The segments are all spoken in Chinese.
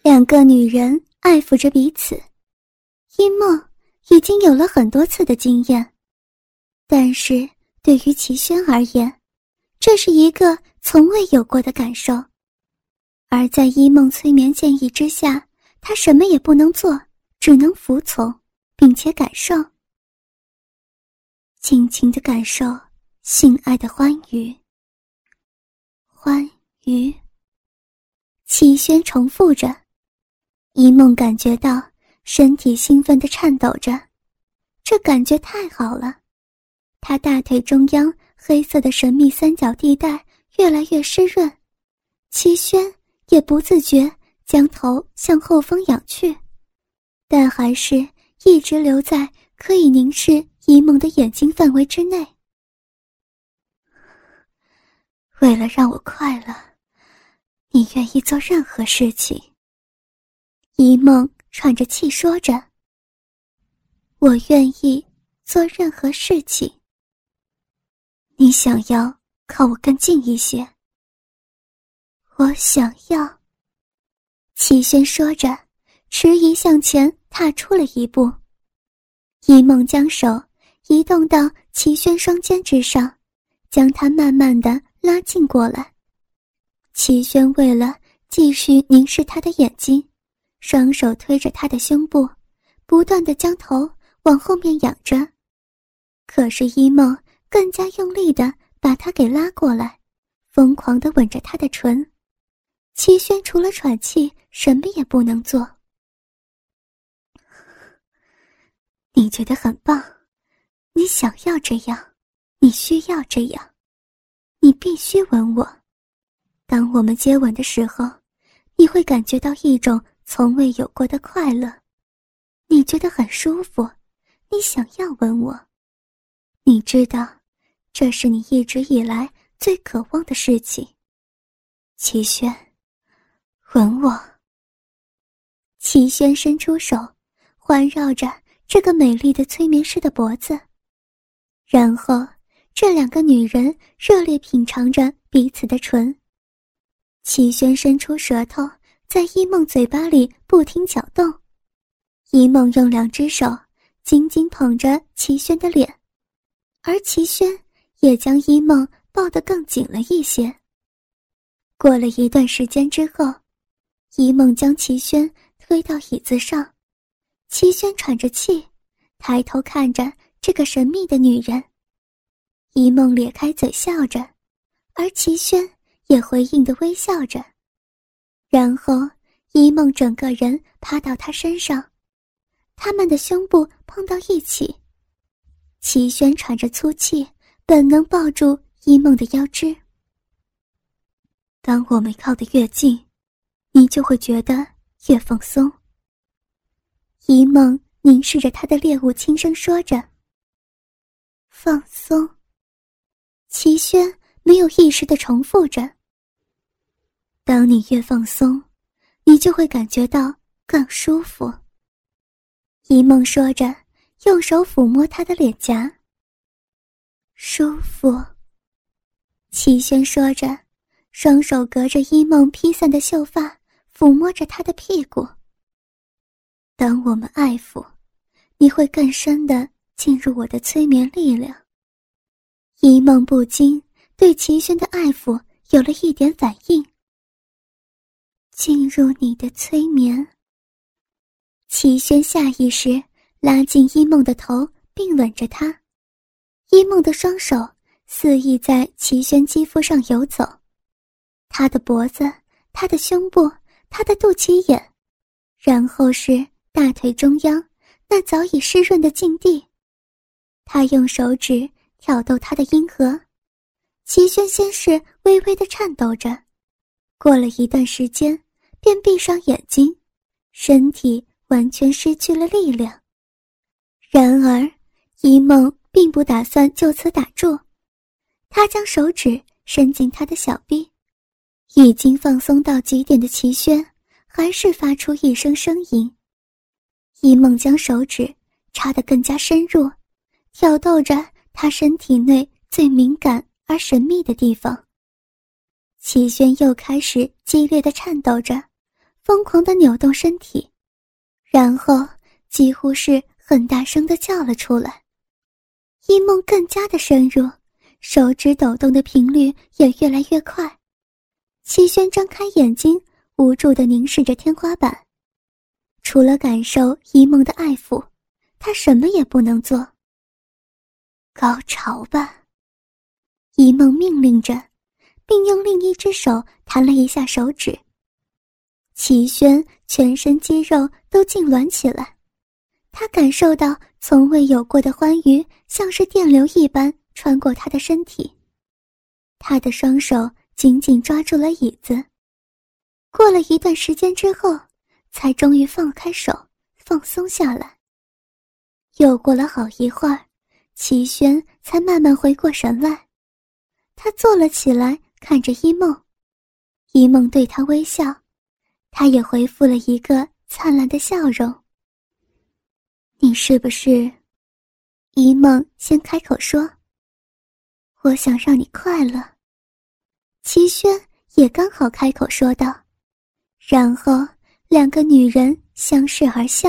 两个女人爱抚着彼此。一梦已经有了很多次的经验，但是对于齐轩而言，这是一个从未有过的感受。而在一梦催眠建议之下，他什么也不能做，只能服从，并且感受，尽情地感受性爱的欢愉。欢愉，齐轩重复着。一梦感觉到身体兴奋地颤抖着，这感觉太好了。他大腿中央黑色的神秘三角地带越来越湿润，齐轩也不自觉将头向后方仰去，但还是一直留在可以凝视一梦的眼睛范围之内。为了让我快乐，你愿意做任何事情。一梦喘着气说着，我愿意做任何事情。你想要靠我更近一些？我想要。齐轩说着，迟疑向前踏出了一步。一梦将手移动到齐轩双肩之上，将他慢慢地拉近过来。齐轩为了继续凝视他的眼睛，双手推着他的胸部，不断地将头往后面仰着。可是一梦更加用力地把他给拉过来，疯狂地吻着他的唇。齐轩除了喘气，什么也不能做。你觉得很棒，你想要这样，你需要这样，你必须吻我。当我们接吻的时候，你会感觉到一种从未有过的快乐，你觉得很舒服，你想要吻我。你知道，这是你一直以来最渴望的事情。齐轩，吻我。齐轩伸出手，环绕着这个美丽的催眠师的脖子，然后这两个女人热烈品尝着彼此的唇。齐轩伸出舌头，在一梦嘴巴里不停搅动。一梦用两只手紧紧捧着齐轩的脸，而齐轩也将一梦抱得更紧了一些。过了一段时间之后，一梦将齐轩推到椅子上，齐轩喘着气，抬头看着这个神秘的女人。一梦咧开嘴笑着，而齐轩也回应地微笑着。然后一梦整个人趴到他身上，他们的胸部碰到一起。齐轩喘着粗气，本能抱住一梦的腰肢。当我们靠得越近，你就会觉得越放松。一梦凝视着他的猎物，轻声说着。放松。齐轩没有意识地重复着。当你越放松，你就会感觉到更舒服。一梦说着，用手抚摸他的脸颊。舒服。齐轩说着，双手隔着一梦披散的秀发，抚摸着他的屁股。当我们爱抚，你会更深地进入我的催眠力量。一梦不禁对齐轩的爱抚有了一点反应。进入你的催眠。齐轩下意识拉近一梦的头，并吻着他。一梦的双手肆意在齐轩肌肤上游走，他的脖子，他的胸部，他的肚脐眼，然后是大腿中央那早已湿润的禁地。他用手指挑逗他的阴核。齐轩先是微微地颤抖着，过了一段时间便闭上眼睛，身体完全失去了力量。然而一梦并不打算就此打住，他将手指伸进他的小臂。已经放松到极点的齐轩还是发出一声声音。一梦将手指插得更加深入，挑逗着他身体内最敏感而神秘的地方。齐轩又开始激烈地颤抖着， 疯狂地扭动身体，然后几乎是很大声地叫了出来。一梦更加的深入，手指抖动的频率也越来越快。齐轩张开眼睛，无助地凝视着天花板，除了感受一梦的爱抚，他什么也不能做。高潮吧，一梦命令着，并用另一只手弹了一下手指。齐轩全身肌肉都痉挛起来，他感受到从未有过的欢愉像是电流一般穿过他的身体。他的双手紧紧抓住了椅子，过了一段时间之后，才终于放开手，放松下来。又过了好一会儿，齐轩才慢慢回过神来。他坐了起来，看着一梦。一梦对他微笑，他也回复了一个灿烂的笑容。你是不是？一梦先开口说。我想让你快乐。齐轩也刚好开口说道，然后两个女人相视而笑。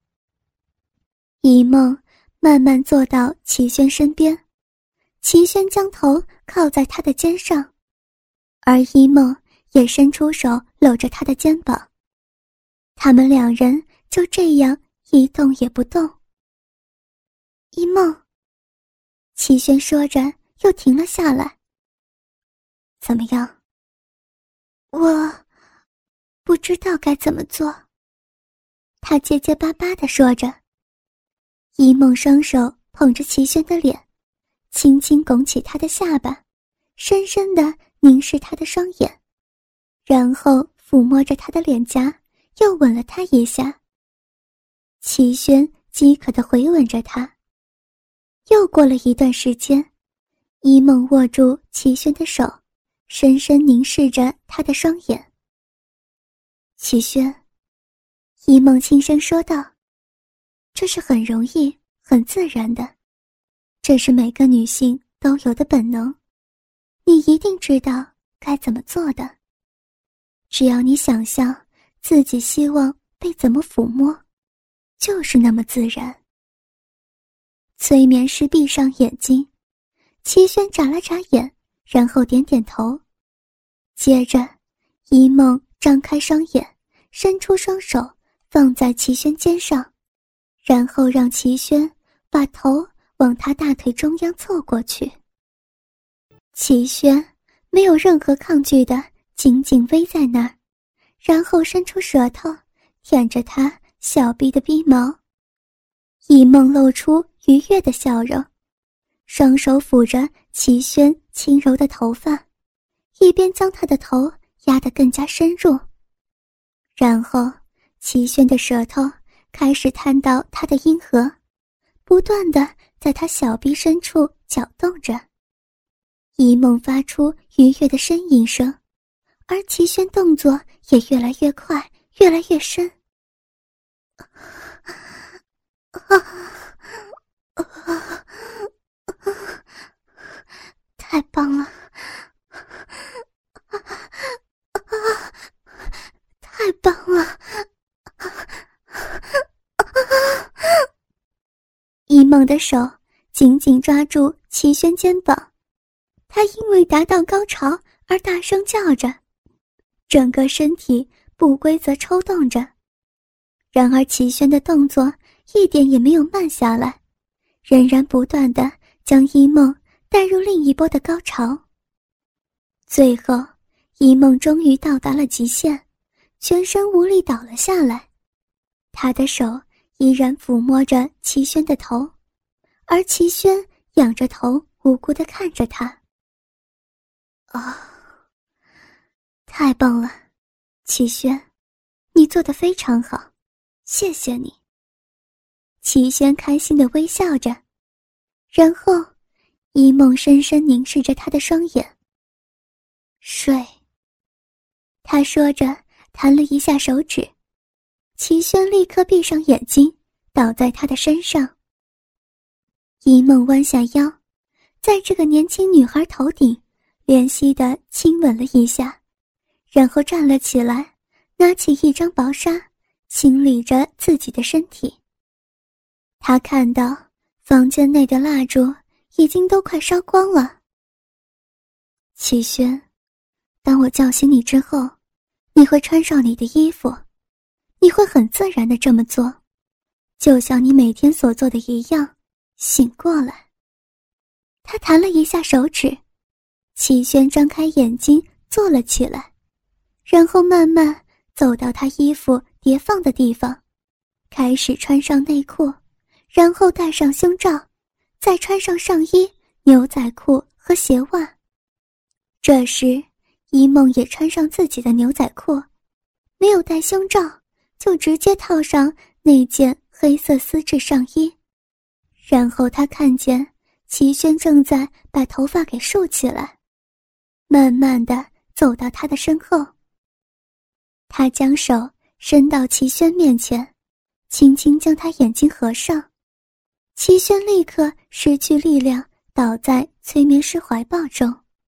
一梦慢慢坐到齐轩身边，齐轩将头靠在他的肩上，而一梦也伸出手搂着他的肩膀。他们两人就这样一动也不动。一梦，齐轩说着又停了下来。怎么样？我不知道该怎么做。他结结巴巴地说着。一梦双手捧着齐轩的脸，轻轻拱起他的下巴，深深地凝视他的双眼，然后抚摸着他的脸颊，又吻了他一下。齐轩饥渴地回吻着他。又过了一段时间，一梦握住齐轩的手，深深凝视着他的双眼。齐轩，一梦轻声说道，这是很容易很自然的，这是每个女性都有的本能，你一定知道该怎么做的。只要你想象自己希望被怎么抚摸，就是那么自然。催眠师闭上眼睛，齐轩眨了眨眼，然后点点头。接着一梦张开双眼，伸出双手放在齐轩肩上，然后让齐轩把头往他大腿中央凑过去。齐轩没有任何抗拒的紧紧偎在那儿，然后伸出舌头舔着他小臂的逼毛。一梦露出愉悦的笑容，双手抚着齐轩轻柔的头发，一边将他的头压得更加深入。然后齐轩的舌头开始探到他的阴核，不断地在他小臂深处搅动着。一梦发出愉悦的呻吟声，而齐轩动作也越来越快，越来越深。太棒了，太棒了！一梦的手紧紧抓住齐轩肩膀，他因为达到高潮而大声叫着，整个身体不规则抽动着。然而齐轩的动作一点也没有慢下来，仍然不断地将一梦带入另一波的高潮。最后一梦终于到达了极限，全身无力倒了下来。他的手依然抚摸着齐轩的头，而齐轩仰着头无辜地看着他。太棒了，齐轩，你做得非常好，谢谢你。齐轩开心地微笑着，然后一梦深深凝视着他的双眼。睡，他说着弹了一下手指，齐轩立刻闭上眼睛，倒在他的身上。一梦弯下腰，在这个年轻女孩头顶怜惜地亲吻了一下，然后站了起来， 拿起一张薄纱，清理着自己的身体。他看到房间内的蜡烛已经都快烧光了。齐轩，当我叫醒你之后，你会穿上你的衣服，你会很自然地这么做，就像你每天所做的一样，醒过来。他弹了一下手指，齐轩张开眼睛坐了起来，然后慢慢走到他衣服叠放的地方，开始穿上内裤，然后戴上胸罩，再穿上上衣、牛仔裤和鞋袜。这时一梦也穿上自己的牛仔裤，没有戴胸罩，就直接套上那件黑色丝质上衣。然后他看见齐轩正在把头发给竖起来，慢慢地走到他的身后。他将手伸到齐轩面前，轻轻将他眼睛合上。齐轩立刻失去力量，倒在催眠师怀抱中。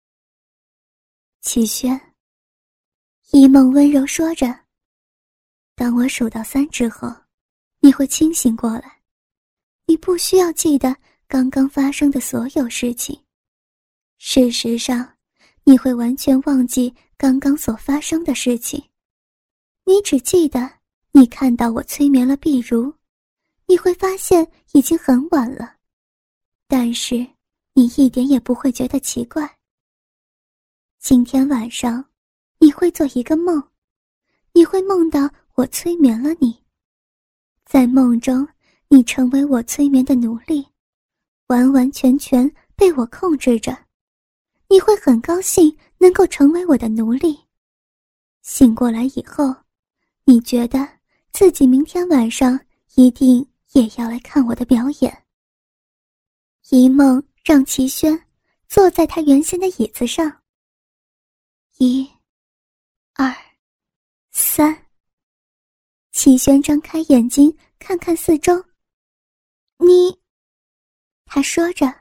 齐轩，一梦温柔说着，当我数到3之后，你会清醒过来。你不需要记得刚刚发生的所有事情，事实上，你会完全忘记刚刚所发生的事情。你只记得你看到我催眠了碧如，你会发现已经很晚了，但是你一点也不会觉得奇怪。今天晚上你会做一个梦，你会梦到我催眠了你，在梦中你成为我催眠的奴隶，完完全全被我控制着。你会很高兴能够成为我的奴隶。醒过来以后，你觉得自己明天晚上一定也要来看我的表演。一梦让齐轩坐在他原先的椅子上。1、2、3。齐轩张开眼睛看看四周。你，他说着。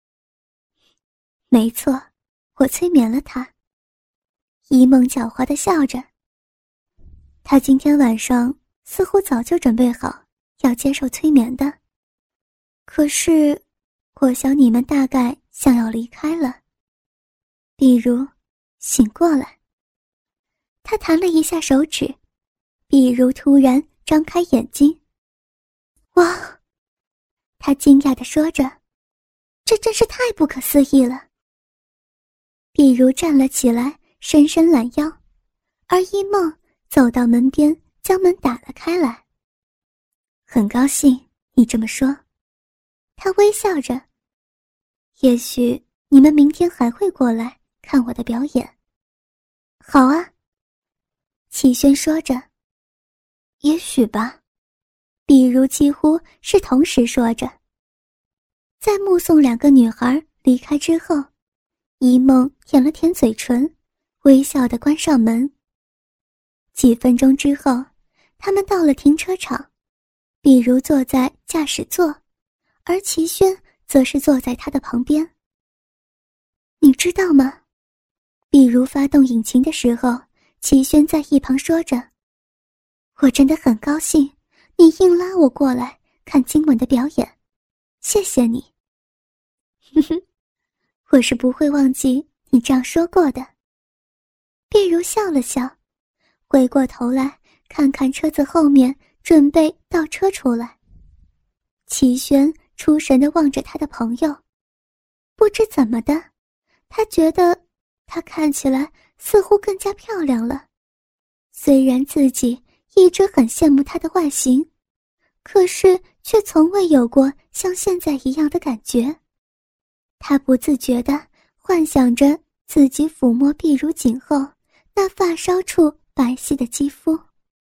没错，我催眠了他。一梦狡猾地笑着。他今天晚上似乎早就准备好要接受催眠的。可是，我想你们大概想要离开了。比如，醒过来。他弹了一下手指，比如突然张开眼睛。哇！他惊讶地说着，这真是太不可思议了。比如站了起来，伸伸懒腰，而一梦走到门边，将门打了开来。很高兴你这么说，他微笑着。也许你们明天还会过来看我的表演。好啊，齐轩说着。也许吧，比如几乎是同时说着。在目送2个女孩离开之后，一梦舔了舔嘴唇，微笑地关上门。几分钟之后，他们到了停车场，比如坐在驾驶座，而齐轩则是坐在他的旁边。你知道吗？比如发动引擎的时候，齐轩在一旁说着，我真的很高兴你硬拉我过来看今晚的表演，谢谢你。哼哼，我是不会忘记你这样说过的。比如笑了笑，回过头来看看车子后面，准备倒车出来。齐轩出神地望着他的朋友，不知怎么的，他觉得她看起来似乎更加漂亮了。虽然自己一直很羡慕她的外形，可是却从未有过像现在一样的感觉。他不自觉地幻想着自己抚摸碧如颈后那发梢处白皙的肌肤。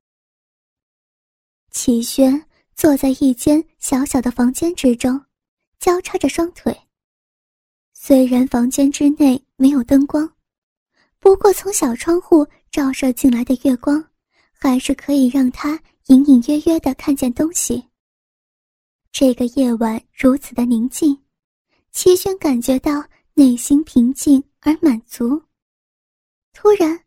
齐轩坐在一间小小的房间之中，交叉着双腿。虽然房间之内没有灯光，不过从小窗户照射进来的月光，还是可以让他隐隐约约地看见东西。这个夜晚如此的宁静，齐轩感觉到内心平静而满足。突然，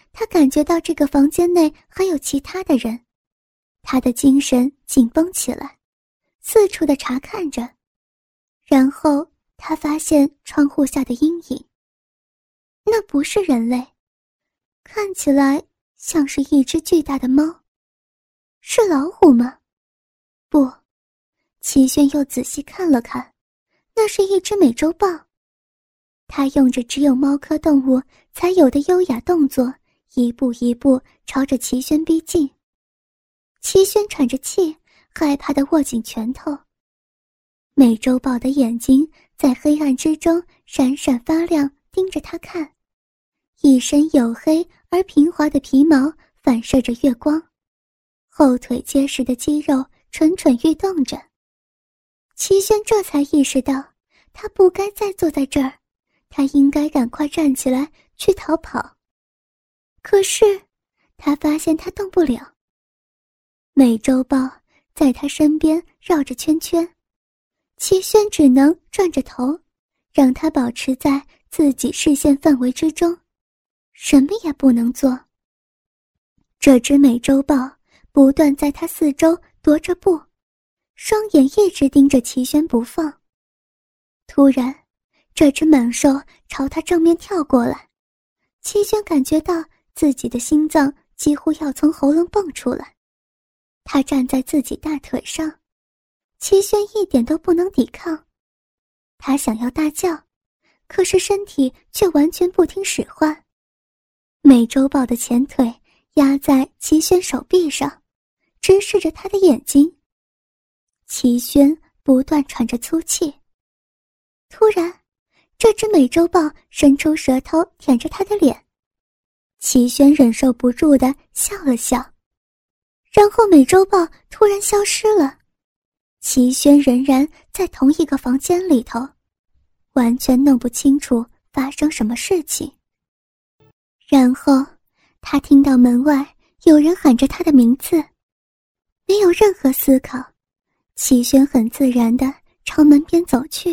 他感觉到这个房间内还有其他的人，他的精神紧绷起来，四处的查看着。然后他发现窗户下的阴影，那不是人类，看起来像是一只巨大的猫。是老虎吗？不，齐轩又仔细看了看，那是一只美洲豹。它用着只有猫科动物才有的优雅动作，一步一步朝着齐轩逼近。齐轩喘着气，害怕地握紧拳头。美洲豹的眼睛在黑暗之中闪闪发亮，盯着他看，一身黝黑而平滑的皮毛反射着月光，后腿结实的肌肉蠢蠢欲动着。齐轩这才意识到，他不该再坐在这儿，他应该赶快站起来去逃跑。可是他发现他动不了，美洲豹在他身边绕着圈圈，齐轩只能转着头，让他保持在自己视线范围之中，什么也不能做。这只美洲豹不断在他四周踱着步，双眼一直盯着齐轩不放。突然，这只猛兽朝他正面跳过来，齐轩感觉到自己的心脏几乎要从喉咙蹦出来。他站在自己大腿上，齐轩一点都不能抵抗。他想要大叫，可是身体却完全不听使唤。美洲豹的前腿压在齐轩手臂上，直视着他的眼睛。齐轩不断喘着粗气。突然，这只美洲豹伸出舌头舔着他的脸，齐轩忍受不住地笑了笑，然后美洲豹突然消失了。齐轩仍然在同一个房间里头，完全弄不清楚发生什么事情。然后他听到门外有人喊着他的名字，没有任何思考，齐轩很自然地朝门边走去。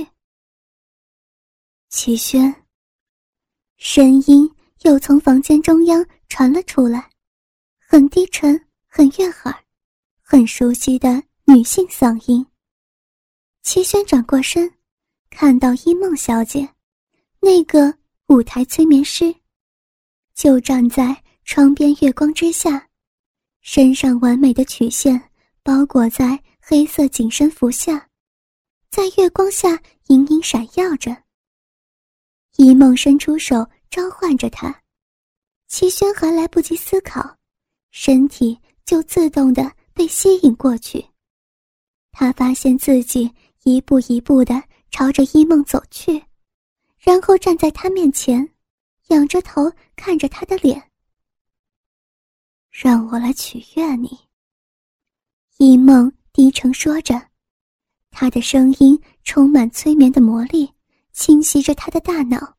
齐轩，声音又从房间中央传了出来，很低沉，很悦耳，很熟悉的女性嗓音。齐轩转过身，看到一梦小姐，那个舞台催眠师，就站在窗边月光之下，身上完美的曲线包裹在黑色紧身服下，在月光下隐隐闪耀着。一梦伸出手召唤着他，齐轩还来不及思考，身体就自动地被吸引过去。他发现自己一步一步地朝着一梦走去，然后站在他面前，仰着头看着他的脸。让我来取悦你。一梦低声说着，他的声音充满催眠的魔力，侵袭着他的大脑。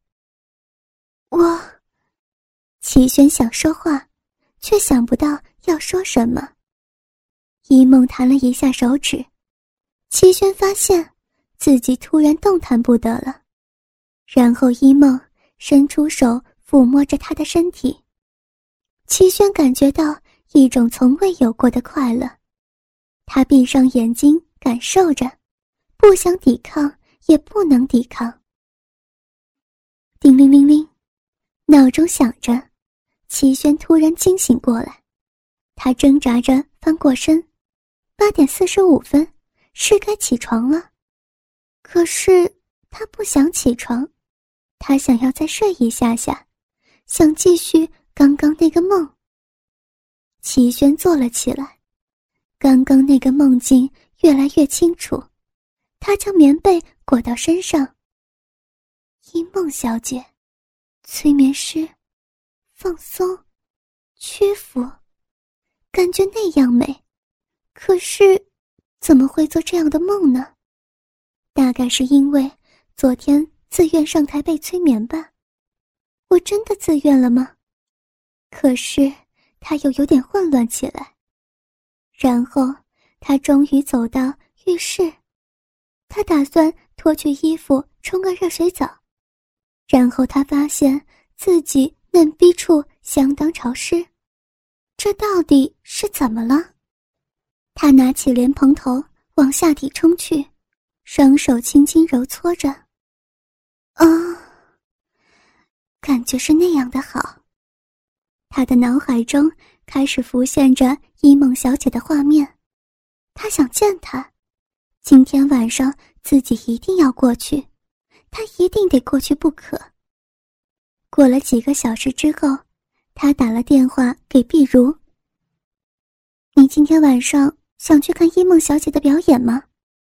齐轩想说话，却想不到要说什么。一梦弹了一下手指，齐轩发现自己突然动弹不得了，然后一梦伸出手抚摸着他的身体。齐轩感觉到一种从未有过的快乐，他闭上眼睛感受着，不想抵抗也不能抵抗。叮铃铃铃，闹钟响着，齐轩突然惊醒过来，他挣扎着翻过身，8点45分，是该起床了。可是他不想起床，他想要再睡一下下，想继续刚刚那个梦。齐轩坐了起来，刚刚那个梦境越来越清楚，他将棉被裹到身上。一梦小姐，催眠师，放松，屈服，感觉那样美。可是怎么会做这样的梦呢？大概是因为昨天自愿上台被催眠吧。我真的自愿了吗？可是他又有点混乱起来。然后他终于走到浴室，他打算脱去衣服冲个热水澡，然后他发现自己嫩逼处相当潮湿，这到底是怎么了？他拿起莲蓬头往下体冲去，双手轻轻揉搓着。感觉是那样的好。他的脑海中开始浮现着伊梦小姐的画面，他想见她，今天晚上自己一定要过去，他一定得过去不可。过了几个小时之后，他打了电话给碧如。你今天晚上想去看伊梦小姐的表演吗？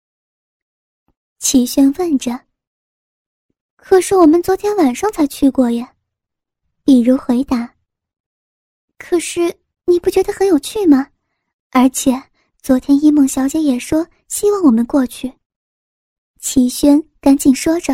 齐轩问着。可是我们昨天晚上才去过耶，碧如回答。可是你不觉得很有趣吗？而且昨天伊梦小姐也说希望我们过去。齐轩赶紧说着。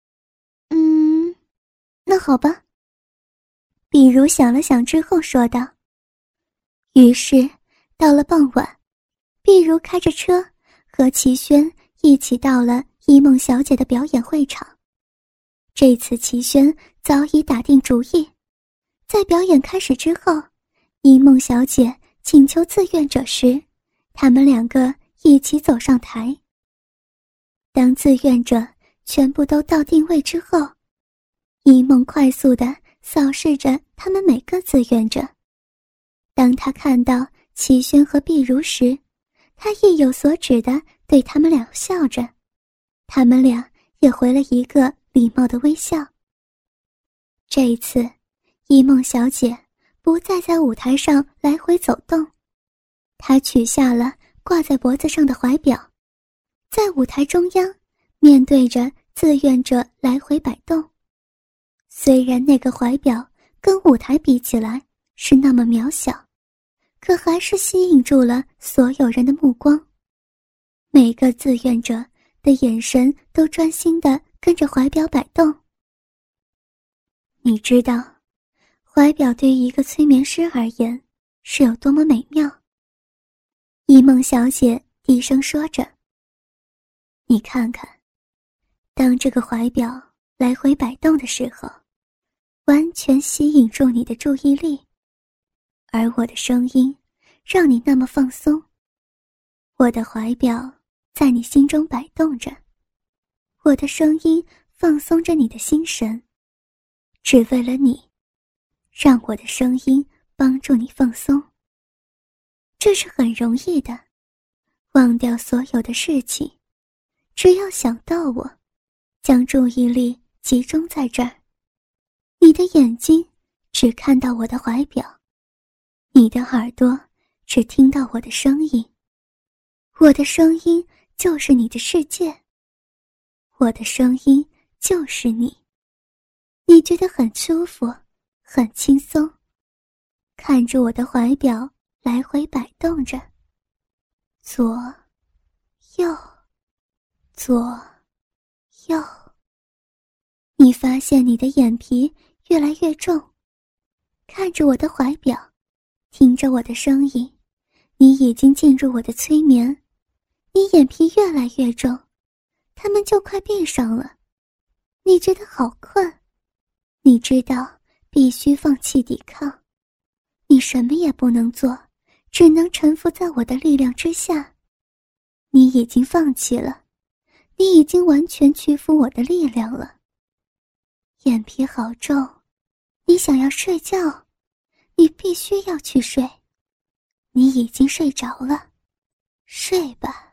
那好吧。碧如想了想之后说道。于是到了傍晚，碧如开着车和齐轩一起到了伊梦小姐的表演会场。这次齐轩早已打定主意，在表演开始之后，伊梦小姐请求志愿者时，他们两个一起走上台。当志愿者全部都到定位之后，伊梦快速地扫视着他们每个志愿者。当他看到齐轩和碧如时，他意有所指地对他们俩笑着，他们俩也回了一个礼貌的微笑。这一次，伊梦小姐不再在舞台上来回走动，她取下了挂在脖子上的怀表，在舞台中央面对着志愿者来回摆动。虽然那个怀表跟舞台比起来是那么渺小，可还是吸引住了所有人的目光。每个志愿者的眼神都专心地跟着怀表摆动。你知道，怀表对于一个催眠师而言是有多么美妙。伊梦小姐低声说着。你看看，当这个怀表来回摆动的时候，完全吸引住你的注意力，而我的声音让你那么放松。我的怀表在你心中摆动着，我的声音放松着你的心神，只为了你，让我的声音帮助你放松。这是很容易的，忘掉所有的事情，只要想到我，将注意力集中在这儿。你的眼睛只看到我的怀表，你的耳朵只听到我的声音，我的声音就是你的世界，我的声音就是你。你觉得很舒服，很轻松，看着我的怀表来回摆动着，左右左右。你发现你的眼皮越来越重，看着我的怀表，听着我的声音，你已经进入我的催眠。你眼皮越来越重，它们就快闭上了。你觉得好困，你知道必须放弃抵抗，你什么也不能做，只能臣服在我的力量之下。你已经放弃了，你已经完全屈服我的力量了。眼皮好重，你想要睡觉，你必须要去睡。你已经睡着了，睡吧。